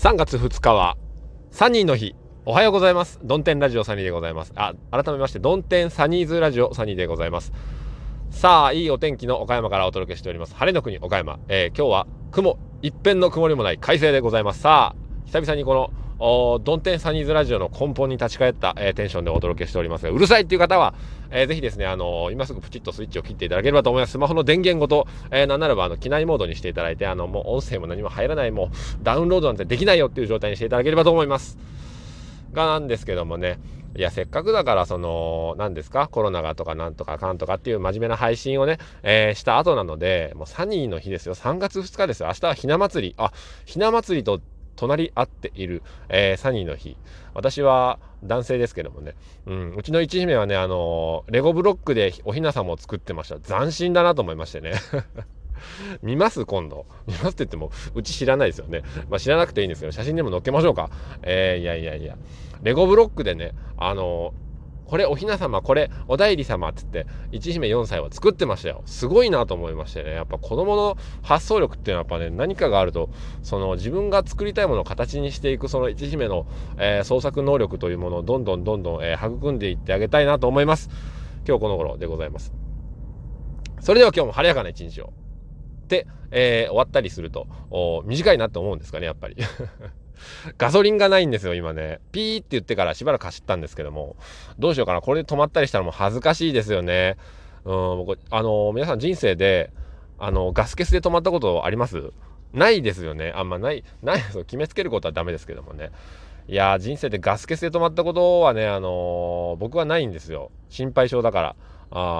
3月2日はサニーの日。おはようございます。ドンテンラジオサニーでございます。改めましてドンテンサニーズラジオサニーでございます。さあ、いいお天気の岡山からお届けしております。晴れの国岡山。今日は雲一辺の曇りもない快晴でございます。さあ、久々にこのドンテンサニーズラジオの根本に立ち返った、テンションでお届けしておりますが、うるさいっていう方は、ぜひですね、今すぐプチッとスイッチを切っていただければと思います。スマホの電源ごと、なんならば機内モードにしていただいて、もう音声も何も入らない、もうダウンロードなんてできないよっていう状態にしていただければと思いますが、なんですけどもね、いや、せっかくだから何ですか、コロナがとかなんとかかんとかっていう真面目な配信をね、した後なので、もうサニーの日ですよ。3月2日ですよ。明日はひな祭り。ひな祭りと隣り合っている、サニーの日。私は男性ですけどもね、うちの一姫はね、レゴブロックでおひな様を作ってました。斬新だなと思いましてね。見ます今度。見ますって言ってもうち知らないですよね。知らなくていいんですけど、写真でも載っけましょうか。いやレゴブロックでね、これおひな様、これおだいり様っつって一姫4歳は作ってましたよ。すごいなと思いましてね。やっぱ子供の発想力っていうのはやっぱね、何かがあると自分が作りたいものを形にしていく一姫の、創作能力というものをどんどん、育んでいってあげたいなと思います。今日この頃でございます。それでは今日も晴れやかな一日をで、終わったりすると短いなって思うんですかね、やっぱり。ガソリンがないんですよ今ね。ピーって言ってからしばらく走ったんですけども、どうしようかな、これで止まったりしたらもう恥ずかしいですよね。僕皆さん人生でガス欠で止まったことあります？ないですよね。ない決めつけることはダメですけどもね。いやー、人生でガス欠で止まったことはね、僕はないんですよ。心配性だから。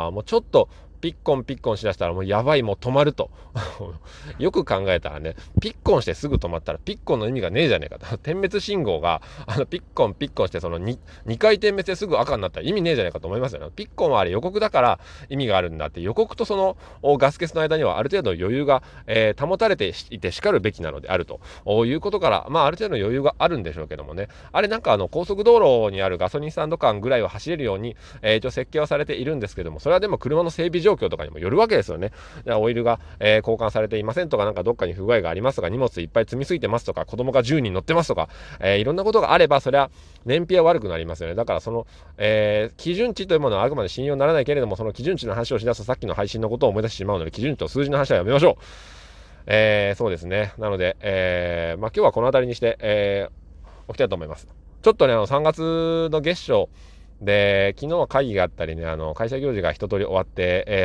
もうちょっとピッコンしだしたらもうやばい、もう止まると。よく考えたらね、ピッコンしてすぐ止まったらピッコンの意味がねえじゃねえかと。点滅信号がピッコンして2回点滅ですぐ赤になったら意味ねえじゃねえかと思いますよね。ピッコンはあれ予告だから意味があるんだって、予告とガス欠の間にはある程度余裕が、保たれていてしかるべきなのであるということから、ある程度の余裕があるんでしょうけどもね、あれなんか高速道路にあるガソリンスタンド間ぐらいは走れるように、一応設計はされているんですけども、それはでも車の整備状況とかにもよるわけですよね。オイルが、交換されていませんとか、なんかどっかに不具合がありますとか、荷物いっぱい積みすぎてますとか、子供が10人乗ってますとか、いろんなことがあれば、それは燃費は悪くなりますよね。だから基準値というものはあくまで信用にならないけれども、その基準値の話をしだすとさっきの配信のことを思い出してしまうので、基準値と数字の話はやめましょう。そうですね。なので、今日はこの辺りにして、おきたいと思います。ちょっとね、3月の月初で、昨日は会議があったりね、会社行事が一通り終わって、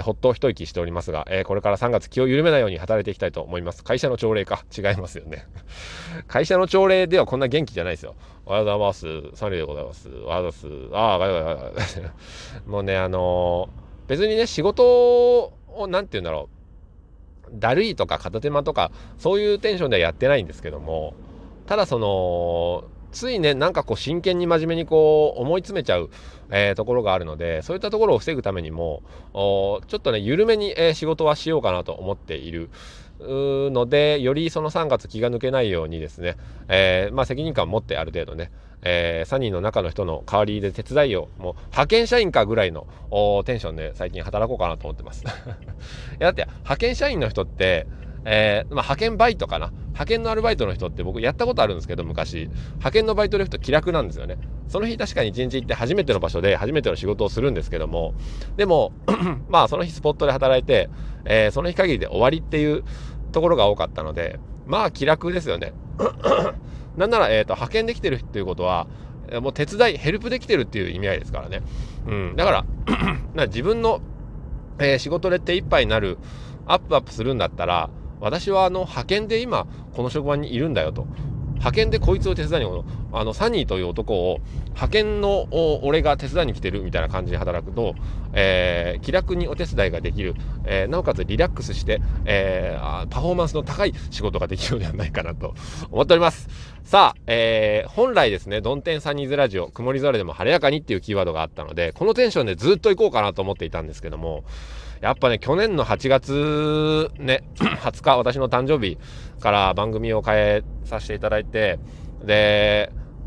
ほっと一息しておりますが、これから3月気を緩めないように働いていきたいと思います。会社の朝礼か。違いますよね。会社の朝礼ではこんな元気じゃないですよ。おはようございます。サニーでございます。おはようございます。もうね、別にね、仕事を、なんて言うんだろう。だるいとか片手間とか、そういうテンションではやってないんですけども、ただついね、なんか真剣に真面目に思い詰めちゃう、ところがあるので、そういったところを防ぐためにもちょっとね緩めに、仕事はしようかなと思っているので、よりその3月気が抜けないようにですね、責任感を持ってある程度ね、サニーの中の人の代わりで手伝いを、もう派遣社員かぐらいのテンションで最近働こうかなと思ってます。いや、だって派遣社員の人って派遣バイトかな、派遣のアルバイトの人って僕やったことあるんですけど、昔派遣のバイトで行くと気楽なんですよね。その日確かに一日行って初めての場所で初めての仕事をするんですけども、でもその日スポットで働いて、その日限りで終わりっていうところが多かったので、気楽ですよね。なんなら、派遣できてるっていうことはもう手伝いヘルプできてるっていう意味合いですからね。だから自分の、仕事で手一杯になるアップするんだったら、私は派遣で今この職場にいるんだよと、派遣でこいつを手伝いにサニーという男を派遣の俺が手伝いに来てるみたいな感じで働くと、気楽にお手伝いができる、なおかつリラックスして、パフォーマンスの高い仕事ができるのではないかなと思っております。さあ、本来ですね、ドンテンサニーズラジオ曇り空でも晴れやかにっていうキーワードがあったので、このテンションでずっと行こうかなと思っていたんですけども、やっぱね、去年の8月ね20日、私の誕生日から番組を変えさせていただいて、で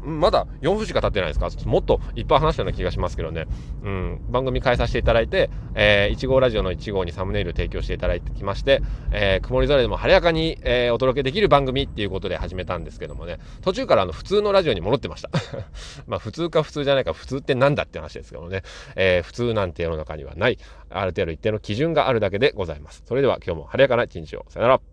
まだ4分しか経ってないですか？もっといっぱい話したような気がしますけどね。番組変えさせていただいて、1号ラジオの1号にサムネイル提供していただいてきまして、曇り空でも晴れやかに、お届けできる番組っていうことで始めたんですけどもね、途中から普通のラジオに戻ってました。まあ普通か普通じゃないか、普通ってなんだって話ですけどね、普通なんて世の中にはない、ある程度一定の基準があるだけでございます。それでは今日も晴れやかな一日を。さよなら。